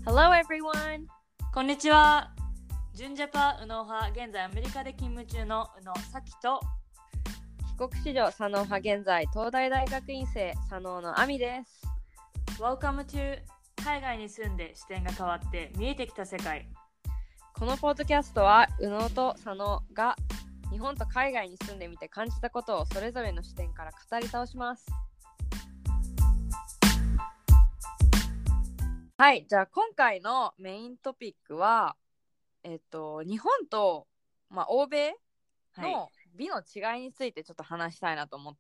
Hello everyone! こんにちは。純ジャパ右脳派、現在アメリカで勤務中の宇野咲と帰国子女左脳派、現在東大大学院生左脳の亜美です。 Welcome to 海外に住んで視点が変わって見えてきた世界。 このポッドキャストは右脳と左脳が日本と海外に住んでみて感じたことをそれぞれの視点から語り倒します。はい、じゃあ今回のメイントピックは日本と、欧米の美の違いについてちょっと話したいなと思って、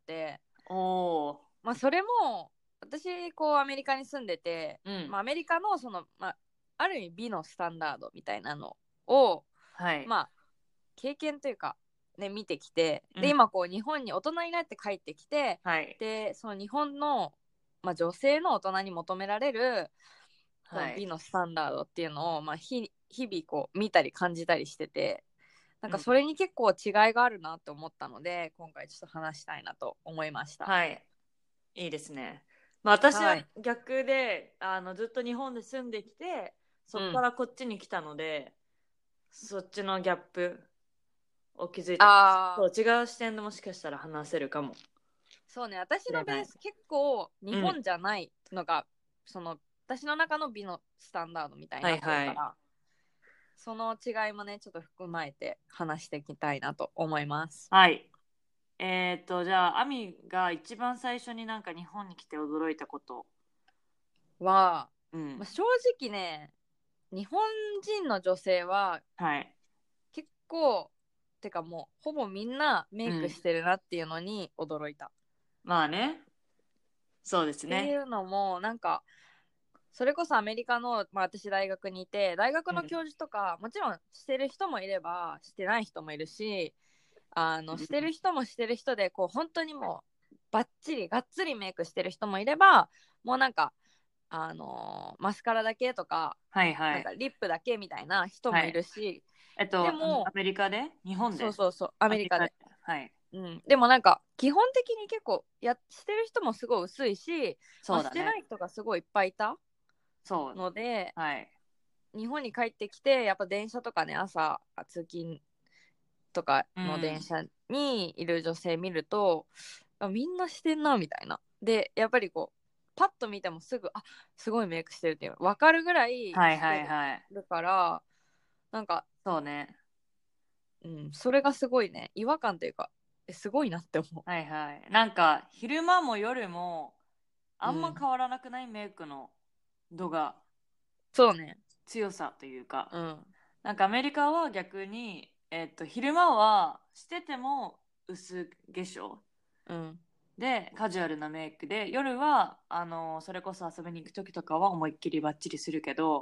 おー、 それも私アメリカに住んでて、アメリカのある意味美のスタンダードみたいなのを、経験というか、ね、見てきて、で今日本に大人になって帰ってきて、でその日本の、女性の大人に求められるその美のスタンダードっていうのを、日々見たり感じたりしてて、なんかそれに結構違いがあるなと思ったので、今回ちょっと話したいなと思いました。 はい、いいですね。私は逆で、ずっと日本で住んできて、そこからこっちに来たので、そっちのギャップを気づいて、そう違う視点でもしかしたら話せるかも。 そうね、私のベース結構日本じゃないのが、その私の中の美のスタンダードみたいになってるから、その違いもねちょっと含まれて話していきたいなと思います。 はい。じゃあアミが一番最初になんか日本に来て驚いたことは、正直ね、日本人の女性は、結構てかもうほぼみんなメイクしてるなっていうのに驚いた。 まあね、そうですね。 っていうのもなんかそれこそアメリカの、私大学にいて、大学の教授とか、もちろんしてる人もいればしてない人もいるし、してる人もしてる人で本当にもうバッチリがっつりメイクしてる人もいれば、もうなんかマスカラだけとか、なんかリップだけみたいな人もいるし、 でもアメリカで日本でそうアメリカで、でもなんか基本的に結構してる人もすごい薄いし、してない人がすごいいっぱいいたので、日本に帰ってきてやっぱ電車とかね、朝通勤とかの電車にいる女性見ると、みんなしてんなみたいな。でやっぱりパッと見てもすぐすごいメイクしてるっていう分かるぐらいしてるから、なんかそうね、 それがすごいね、違和感というかすごいなって思う。 なんか昼間も夜もあんま変わらなくない、メイクの度が。 そうね、 強さというか、なんかアメリカは逆に、昼間はしてても薄化粧、でカジュアルなメイクで、夜はそれこそ遊びに行く時とかは思いっきりバッチリするけど、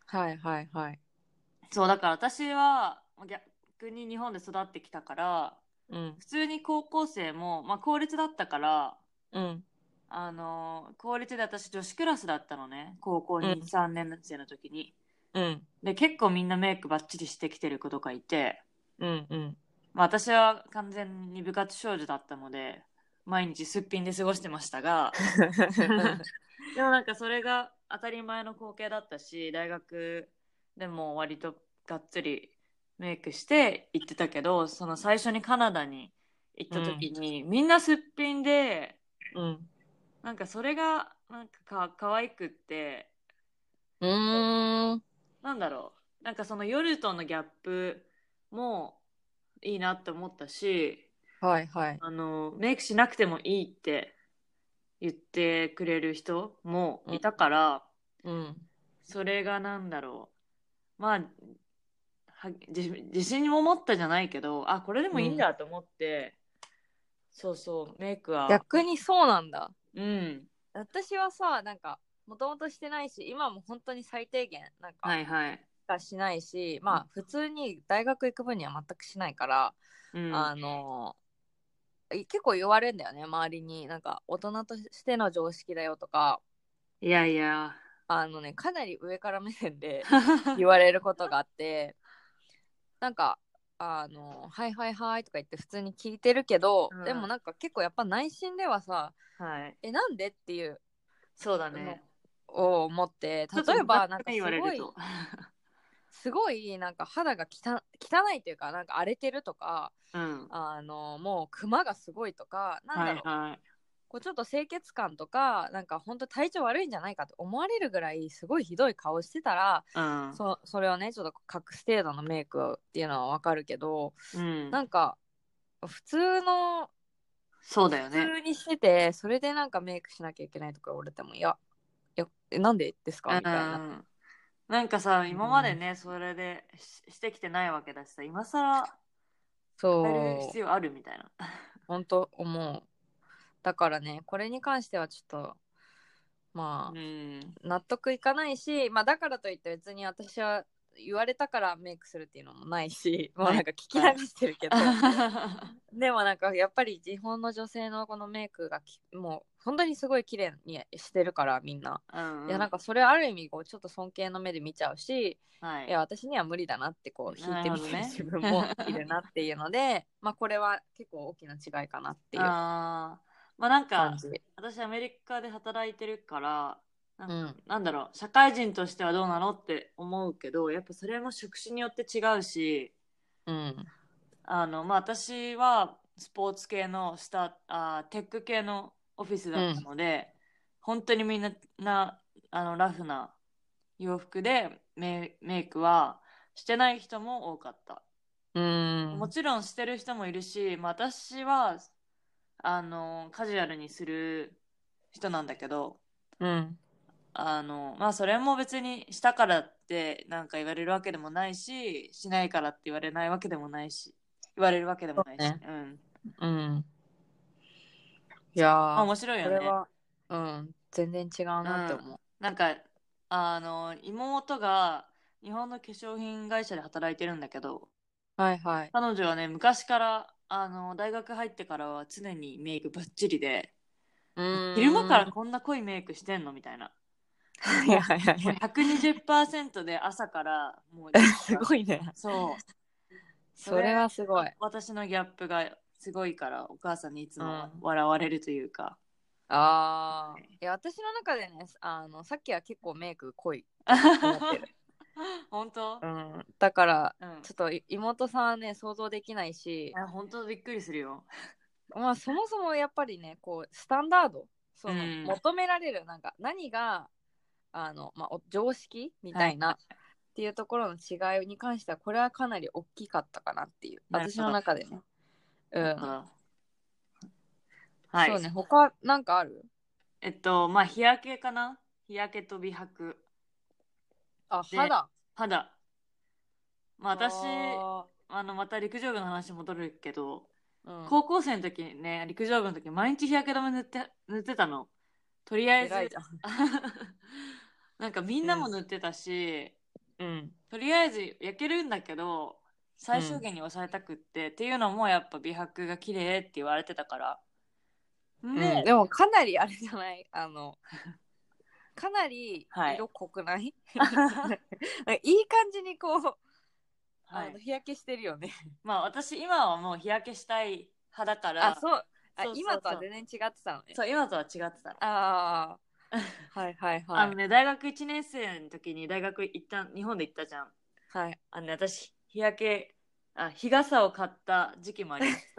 そうだから私は逆に日本で育ってきたから、普通に高校生も、公立だったから、公立で私女子クラスだったのね、高校2、3年生の時に。で結構みんなメイクバッチリしてきてる子とかいて、私は完全に部活少女だったので毎日すっぴんで過ごしてましたがでもなんかそれが当たり前の光景だったし、大学でも割とがっつりメイクして行ってたけど、その最初にカナダに行った時に、みんなすっぴんで、なんかそれがなんか可愛くって、なんだろう、なんかその夜とのギャップもいいなって思ったし、メイクしなくてもいいって言ってくれる人もいたから、それがなんだろう、自信も持ったじゃないけど、これでもいいんだと思って、メイクは逆にそうなんだ。私はさ、なんかもともとしてないし、今も本当に最低限なんかしかしないし、普通に大学行く分には全くしないから、結構言われるんだよね、周りに。なんか大人としての常識だよとか、 いやいや、 かなり上から目線で言われることがあってなんかはいはいはいとか言って普通に聞いてるけど、でもなんか結構やっぱ内心ではさ、なんでっていう、 そうだね、 を思って、例えばなんかすごいなんか肌が汚いというか、なんか荒れてるとか、うん、もうクマがすごいとか、なんだろう、はいはい、こうちょっと清潔感とか、なんか本当体調悪いんじゃないかと思われるぐらいすごいひどい顔してたら、うん、それをねちょっと隠す程度のメイクっていうのはわかるけど、うん、なんか普通のそうだよね、普通にしてて、それでなんかメイクしなきゃいけないとか言われても、いやなんでですかみたいな。 なんかさ、今までね、それでしてきてないわけだしさ、今更変える必要あるみたいな。 本当思う。だからね、これに関してはちょっとまあ、納得いかないし、まあだからといって別に私は言われたからメイクするっていうのもないし、もうなんか聞き流してるけど、でもなんかやっぱり日本の女性のこのメイクがもう本当にすごい綺麗にしてるからみんな、いやなんかそれある意味こうちょっと尊敬の目で見ちゃうし、いや私には無理だなってこう引いてみてる自分もいるなっていうので、まあこれは結構大きな違いかなっていう感じ。 まあなんか私アメリカで働いてるからなんだろう、社会人としてはどうなのって思うけど、やっぱそれも職種によって違うし、うん、まあ私はスポーツ系のテック系のオフィスだったので、本当にみんなラフな洋服でメイクはしてない人も多かった。もちろんしてる人もいるし、まあ、私はカジュアルにする人なんだけど、まあそれも別にしたからってなんか言われるわけでもないし、しないからって言われないわけでもないし、言われるわけでもないし、ね、うん。 いやー、 面白いよね。これは全然違うなって思う。 なんか妹が日本の化粧品会社で働いてるんだけど、 はいはい。 彼女はね、昔から大学入ってからは常にメイクバッチリで、昼間からこんな濃いメイクしてんのみたいな。はいはいはい。120% で朝からもうすごいね。 そう。 それはすごい。 私のギャップがすごいからお母さんにいつも笑われるというか。 ああ、いや私の中でね、さっきは結構メイク濃いと思ってる。 本当？ だから、ちょっと妹さんはね想像できないし、 本当びっくりするよ。 まあそもそもやっぱりねこうスタンダード、求められるなんか何がまあ、常識みたいな、っていうところの違いに関してはこれはかなり大きかったかなっていう、私の中でね。はい。そうね、他なんかある？ まあ日焼けかな。日焼けと美白。肌。まあ私また陸上部の話戻るけど、高校生の時にね、陸上部の時毎日日焼け止め塗ってたの。とりあえずなんかみんなも塗ってたし、とりあえず焼けるんだけど最小限に抑えたくって、っていうのもやっぱ美白が綺麗って言われてたから。 でもかなりあれじゃない、かなり色濃くない、はい、いい感じにこう日焼けしてるよね。 まあ私今はもう日焼けしたい派だから。 そう今とは全然違ってたのね。 そう、今とは違ってたの。 ああはいはいはい。 大学1年生の時に大学日本で行ったじゃん。はい。私日焼け日傘を買った時期もありました。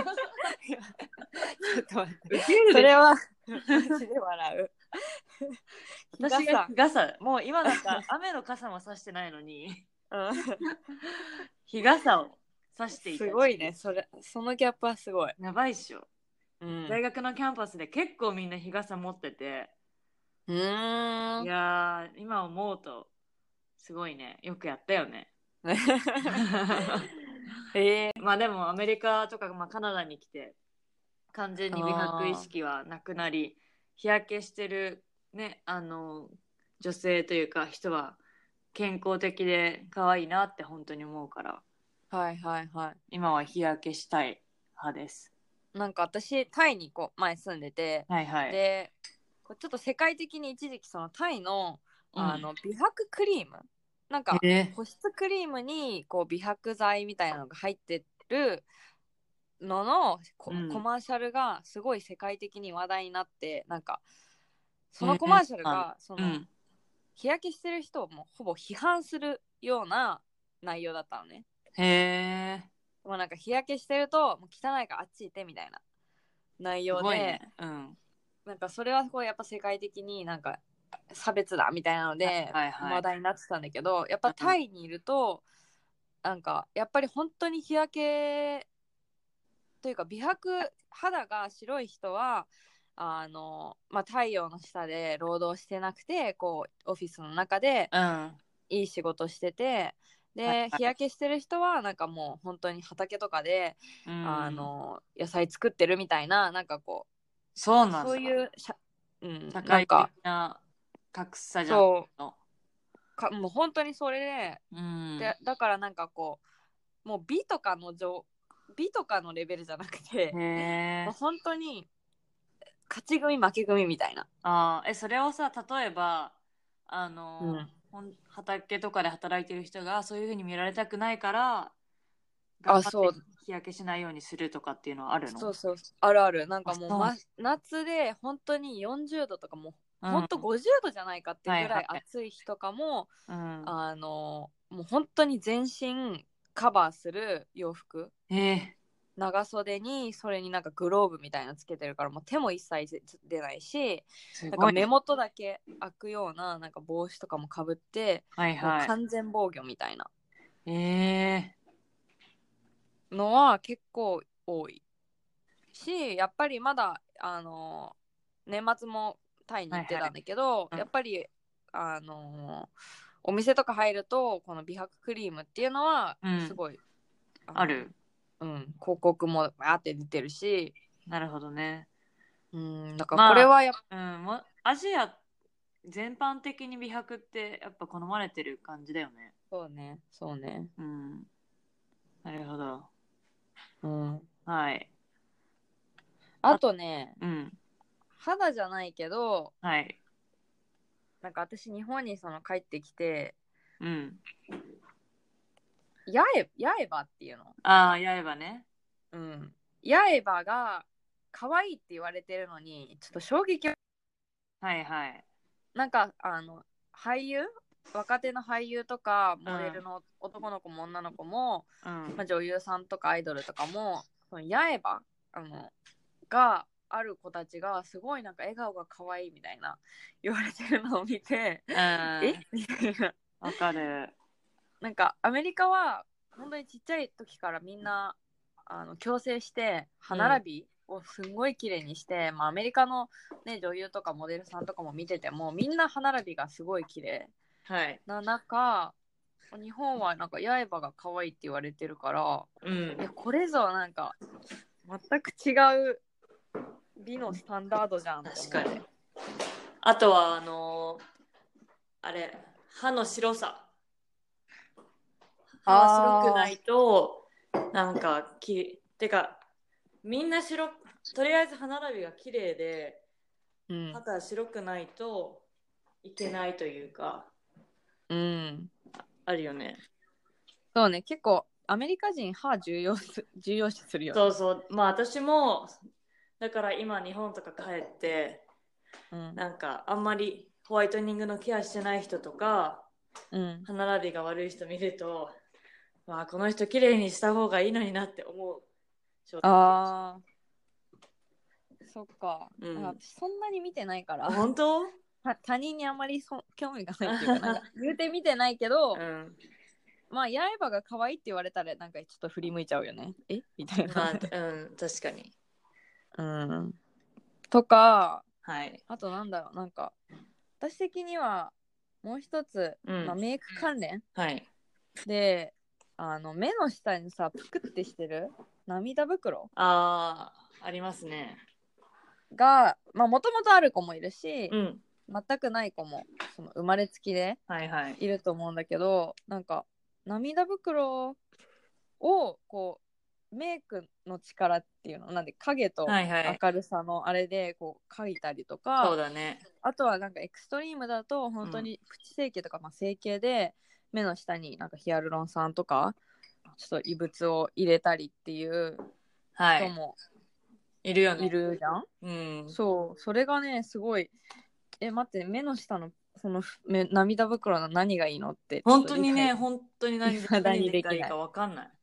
ちょっと待って。それはマジで笑う。 私が日傘、もう今なんか雨の傘も差してないのに、日傘を差していた。 すごいね、そのギャップはすごい。 やばいっしょ。大学のキャンパスで結構みんな日傘持ってて、いやー、今思うとすごいね、よくやったよね。まあでもアメリカとか、まあ、カナダに来て完全に美白意識はなくなり、日焼けしてるね、女性というか人は健康的で可愛いなって本当に思うから、 はいはいはい、 今は日焼けしたい派です。 なんか私タイに前住んでて、はいはい、でちょっと世界的に一時期そのタイの、美白クリームなんか保湿クリームにこう美白剤みたいなのが入ってるののコマーシャルがすごい世界的に話題になって、なんかそのコマーシャルがその、日焼けしてる人をもうほぼ批判するような内容だったのね。 へえ。 もうなんか日焼けしてるともう汚いからあっち行ってみたいな内容で、 ね、 なんかそれはこうやっぱ世界的になんか差別だみたいなので話題になってたんだけど、やっぱタイにいるとなんかやっぱり本当に日焼けというか美白肌が白い人は太陽の下で労働してなくてこうオフィスの中でいい仕事してて、で、日焼けしてる人はなんかもう本当に畑とかで、野菜作ってるみたいな、なんかこうそうなんだ、 そういう社会的な格差じゃん。 そうもう本当にそれで、だからなんかこうもう美とかのレベルじゃなくて、もう本当に勝ち組負け組みたいな。 それをさ、例えば畑とかで働いてる人がそういう風に見られたくないから頑張って日焼けしないようにするとかっていうのはあるの？ そうあるある。なんかもう、夏で本当に40度とかも本当50度じゃないかっていうぐらい暑い日とかも、もう本当に全身カバーする洋服、長袖にそれになんかグローブみたいなのつけてるからもう手も一切出ないし、なんか目元だけ開くようななんか帽子とかもかぶって、もう完全防御みたいなのは結構多いし、やっぱりまだ年末もタイに行ってたんだけど、やっぱりお店とか入るとこの美白クリームっていうのはすごい、 ある。 広告もバーって出てるし。 なるほどね。 だからこれはやっぱ、アジア全般的に美白ってやっぱ好まれてる感じだよね。 そうね。 なるほど。 はい。あとね、肌じゃないけど、なんか私日本に帰ってきて、八重歯っていうの。 八重歯ね。 八重歯が可愛いって言われてるのにちょっと衝撃を。なんか俳優、若手の俳優とかモデルの男の子も女の子も、女優さんとかアイドルとかもその八重歯がある子たちがすごいなんか笑顔が可愛いみたいな言われてるのを見て、みたいな。 わかる。 なんかアメリカは本当にちっちゃい時からみんな矯正して歯並びをすんごい綺麗にして、アメリカの、ね、女優とかモデルさんとかも見ててもみんな歯並びがすごい綺麗な中、日本はなんか八重歯が可愛いって言われてるから、いやこれぞなんか全く違う美のスタンダードじゃん。 確かに。あとはあれ歯の白さ。歯は白くないとなんかてかみんなとりあえず歯並びが綺麗で、歯が白くないといけないというか、あるよね。 そうね、結構アメリカ人歯重要視するよね。 そう私もだから今日本とか帰って、なんかあんまりホワイトニングのケアしてない人とか、歯並びが悪い人見ると、この人綺麗にした方がいいのになって思う。そっか、私そんなに見てないから。 本当？ 他人にあんまり興味がないっていうか、なんか言うて見てないけど、八重歯が可愛いって言われたらなんかちょっと振り向いちゃうよね。みたいな。 確かに。 とか、あとなんだろう、なんか私的にはもう一つ、メイク関連、で目の下にさぷくってしてる涙袋ありますねがもともとある子もいるし、全くない子もその生まれつきでいると思うんだけど、なんか涙袋をこうメイクの力っていうのなんで影と明るさのあれでこう描いたりとか、 そうだね。 あとはなんかエクストリームだと本当にプチ整形とか整形で目の下になんかヒアルロン酸とかちょっと異物を入れたりっていう人もいるよね。 いるじゃん。それがねすごい待って、目の下のその涙袋の何がいいのって。 本当にね、本当に何がいいか分かんない。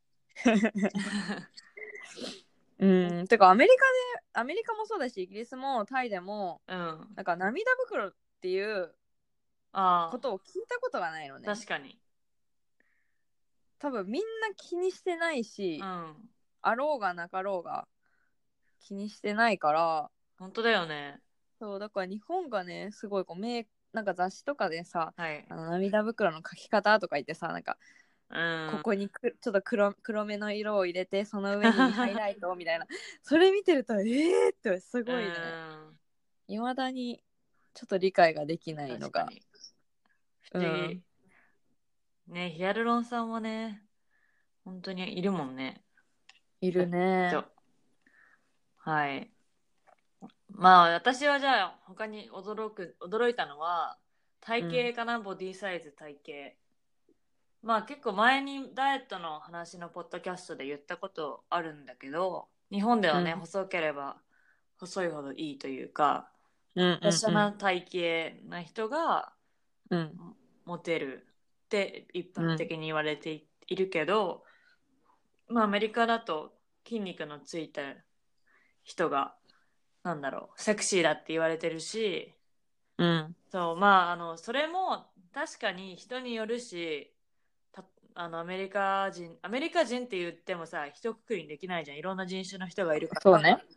てかアメリカもそうだし、イギリスもタイでも、なんか涙袋っていうことを聞いたことがないのね。 確かに。 多分みんな気にしてないし、あろうがなかろうが気にしてないから。 本当だよね。 そうだから日本がね、すごいこうなんか雑誌とかでさ、涙袋の描き方とか言ってさ、なんか、ここにちょっと黒めの色を入れて、その上にハイライトみたいなそれ見てるとってすごいね、いまだにちょっと理解ができないのが不思議、ね。ヒアルロン酸はね、本当にいるもんね。 いるね。 はい。まあ私はじゃあ他に驚いたのは体型かな、ボディサイズ、体型。まあ結構前にダイエットの話のポッドキャストで言ったことあるんだけど、日本ではね、細ければ細いほどいいというか、華奢な体型な人がモテるって一般的に言われているけど、まあアメリカだと筋肉のついた人がなんだろう、セクシーだって言われてるし、そう、まあそれも確かに人によるし、アメリカ人って言ってもさ、一括りにできないじゃん。いろんな人種の人がいるから。 そうね。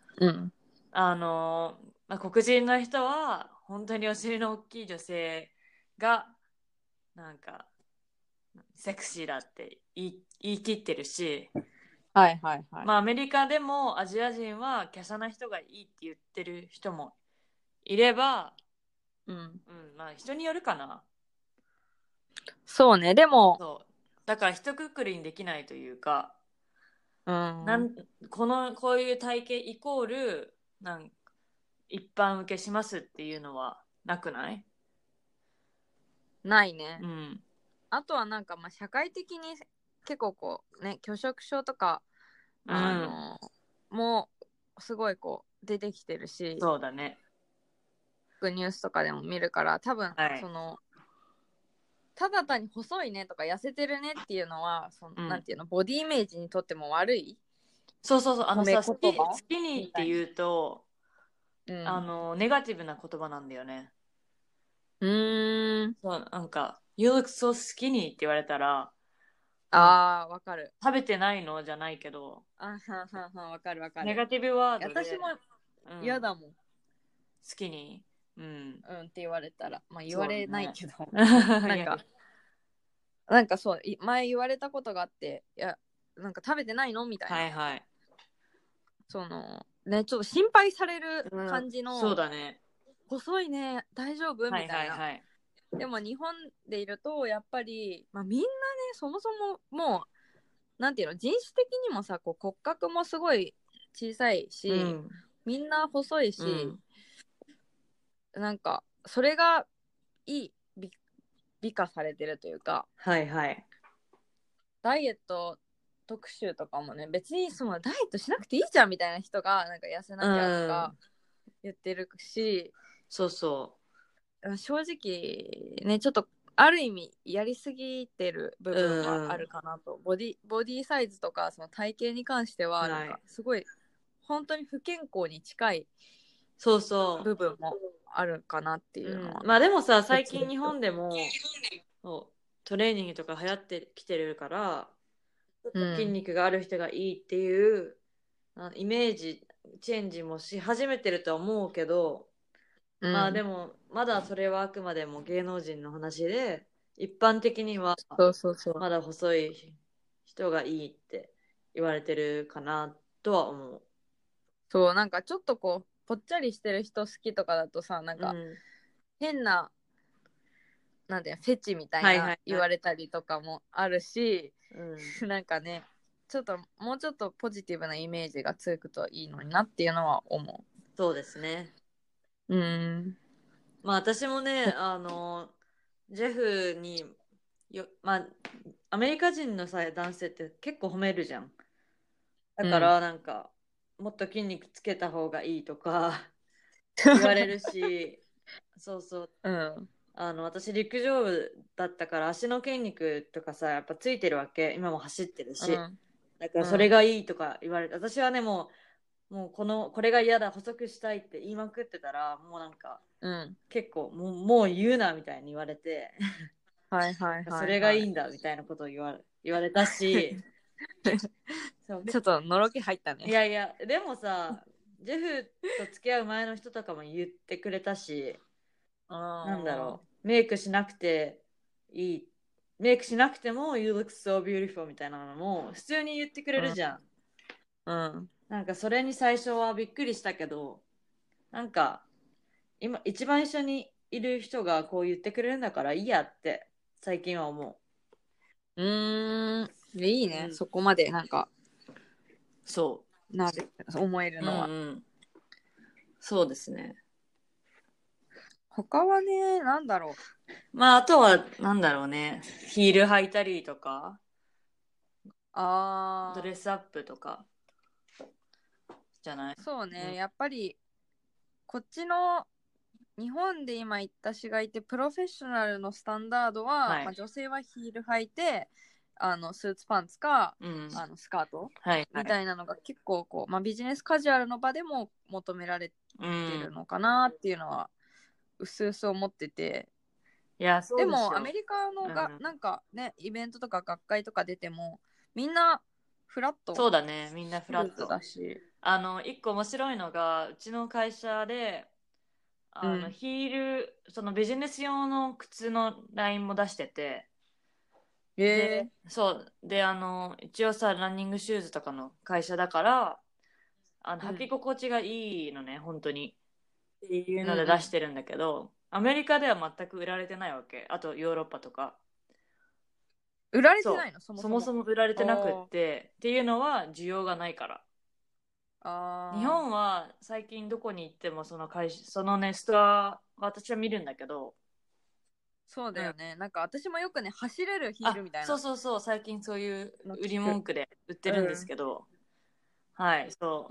まあ、黒人の人は本当にお尻の大きい女性がなんかセクシーだって言い切ってるし、まあアメリカでもアジア人は華奢な人がいいって言ってる人もいれば、まあ人によるかな。 そうね。でもそうだから一括りにできないというか、こういう体型イコール一般受けしますっていうのはなくない？ ないね。あとはなんかまあ社会的に結構こうね、拒食症とかもうすごいこう出てきてるし、 そうだね。 ニュースとかでも見るから、多分そのただ単に細いねとか痩せてるねっていうのはなんていうの、ボディイメージにとっても悪い。 そうさ、スキニーって言うと、ネガティブな言葉なんだよね。そうなんか You look so skinny って言われたら、 わかる。 食べてないのじゃないけど、 わかる。 ネガティブワードで。 私も嫌だもん。 スキニーって言われたら、まあ言われないけど、なんかそう前言われたことがあって、いやなんか食べてないのみたいな。そのね、ちょっと心配される感じの、 そうだね。 細いね、大丈夫みたいな。でも日本でいるとやっぱり、まあ、みんなね、そもそももうなんていうの、人種的にもさ、こう骨格もすごい小さいし、みんな細いし、なんかそれが美化されてるというか、ダイエット特集とかもね、別にそのダイエットしなくていいじゃんみたいな人がなんか痩せなきゃとか言ってるし、 そうそう正直ね、ちょっとある意味やりすぎてる部分はあるかなと。ボディサイズとかその体型に関してはなんかすごい本当に不健康に近い部分もあるかなっていうのは。 まあでもさ、最近日本でもトレーニングとか流行ってきてるから、筋肉がある人がいいっていうイメージチェンジもし始めてるとは思うけど、まあでもまだそれはあくまでも芸能人の話で、一般的にはまだ細い人がいいって言われてるかなとは思う。 そう、なんかちょっとこうぽっちゃりしてる人好きとかだとさ、なんか変な、なんていうの、フェチみたいな言われたりとかもあるし、なんかね、ちょっともうちょっとポジティブなイメージがつくといいのになっていうのは思う。 そうですね。まあ私もね、ジェフにまあアメリカ人のさ、男性って結構褒めるじゃん。だからなんか、もっと筋肉つけた方がいいとか言われるしそうそう。 うん。 私陸上部だったから足の筋肉とかさ、やっぱついてるわけ。今も走ってるし。 うん。 だからそれがいいとか言われて、私はね、もうこれが嫌だ、細くしたいって言いまくってたら、もうなんか、 うん。 結構もう言うなみたいに言われて、 はいはいそはいはい。 れがいいんだみたいなことを言われたし、そうちょっとのろけ入ったね。 いやいや、でもさ、ジェフと付き合う前の人とかも言ってくれたし、なんだろう、メイクしなくていい、メイクしなくても You look so beautiful みたいなのも普通に言ってくれるじゃん。 うん。 なんかそれに最初はびっくりしたけど、なんか今一番一緒にいる人がこう言ってくれるんだからいいやって最近は思いいね、そこまでなんかそ思えるのは。 そうですね。 他はね、なんだろう。まああとはなんだろうね。ヒール履いたりとか、ドレスアップとかじゃない？ そうね、やっぱりこっちの日本で今言った子がいてプロフェッショナルのスタンダードは、まあ、女性はヒール履いてスーツパンツか、スカート、みたいなのが結構こう、まあ、ビジネスカジュアルの場でも求められてるのかなっていうのはうすうす思ってて、 いやそうでもアメリカのなんかねイベントとか学会とか出てもみんなフラット、 そうだね、みんなフラットだし、 一個面白いのがうちの会社でヒール、そのビジネス用の靴のラインも出してて、で、そう。で、一応さ、ランニングシューズとかの会社だから、履き心地がいいのね、本当に。っていうので出してるんだけど、アメリカでは全く売られてないわけ。あとヨーロッパとか。 売られてないの？ そもそも売られてなくって、っていうのは需要がないから。日本は最近どこに行ってもそのそのね、ストア、私は見るんだけど、 そうだよね、なんか私もよくね走れるヒールみたいな、 そう最近そういう売り文句で売ってるんですけど、はいそう。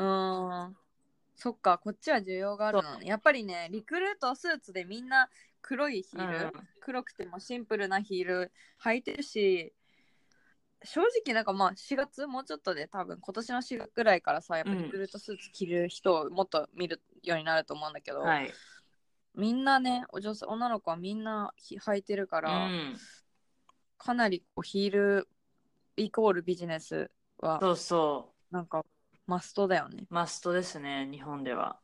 そっか、こっちは需要があるのね。やっぱりね、リクルートスーツでみんな黒いヒール、黒くてもシンプルなヒール履いてるし、正直なんかまあ4月もうちょっとで多分今年の4月ぐらいからさ、やっぱリクルートスーツ着る人をもっと見るようになると思うんだけど、みんなね、女の子はみんな履いてるから、かなりこうヒールイコールビジネスはなんかマストだよね。 マストですね、日本では。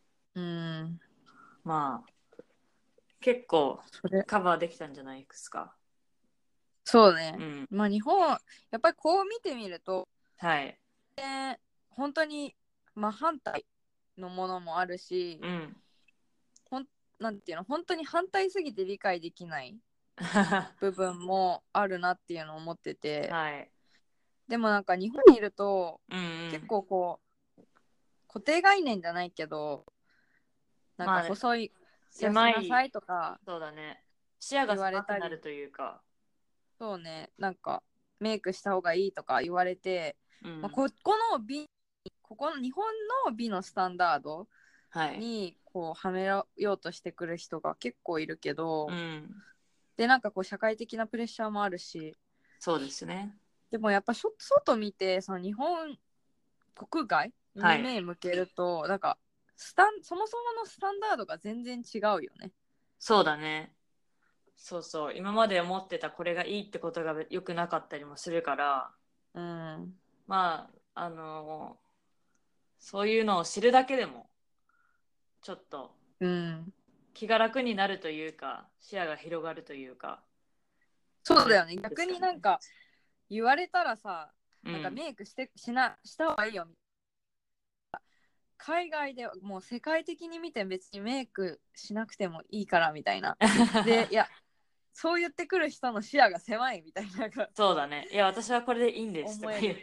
まあ結構カバーできたんじゃないですか。 そうね、まあ日本やっぱりこう見てみると、本当に真反対のものもあるし、なんていうの、本当に反対すぎて理解できない部分もあるなっていうのを思ってて、でもなんか日本にいると、結構こう固定概念じゃないけど、なんか細い、 狭い痩せなさいとか、 そうだね、視野が狭くなるというか、 そうね、なんかメイクした方がいいとか言われて、まあ、ここの日本の美のスタンダードにこうはめようとしてくる人が結構いるけど、でなんかこう社会的なプレッシャーもあるし、 そうですね。でもやっぱ外見てその日本国外に目向けると、なんかそもそものスタンダードが全然違うよね。 そうだね。そうそう、今まで思ってたこれがいいってことが良くなかったりもするから、まあそういうのを知るだけでもちょっと気が楽になるというか、視野が広がるというか。 そうだよね、逆になんか言われたらさ、なんかメイクした方がいいよみたいな。海外でもう世界的に見て別にメイクしなくてもいいからみたいな。で、いや、そう言ってくる人の視野が狭いみたいな。 そうだね。いや、私はこれでいいんですとか言って。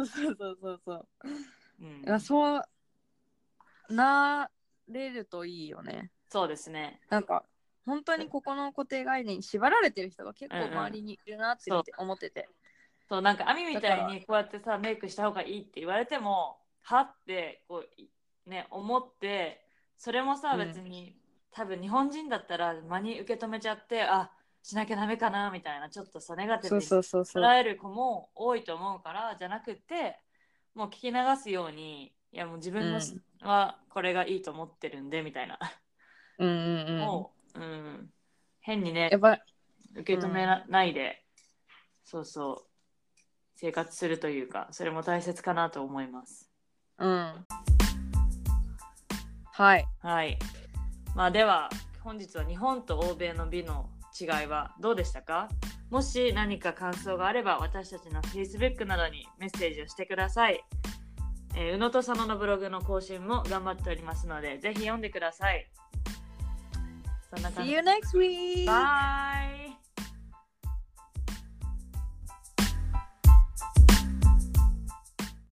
そうなれるといいよね。 そうですね。 なんか本当にここの固定概念に縛られてる人が結構周りにいるなって思ってて、 そうなんかアミみたいにこうやってさメイクした方がいいって言われてもはってこうね思って、それもさ、別に多分日本人だったら真に受け止めちゃってしなきゃダメかなみたいなちょっとさネガティブに捉える子も多いと思うからじゃなくてもう聞き流すようにいやもう自分はこれがいいと思ってるんでみたいなもう、変にね受け止めないで、そう生活するというかそれも大切かなと思います。 はいでは本日は日本と欧米の美の違いはどうでしたか？もし何か感想があれば私たちの Facebook などにメッセージをしてください。宇野と佐野のブログの更新も頑張っておりますのでぜひ読んでください。 See you next week! Bye!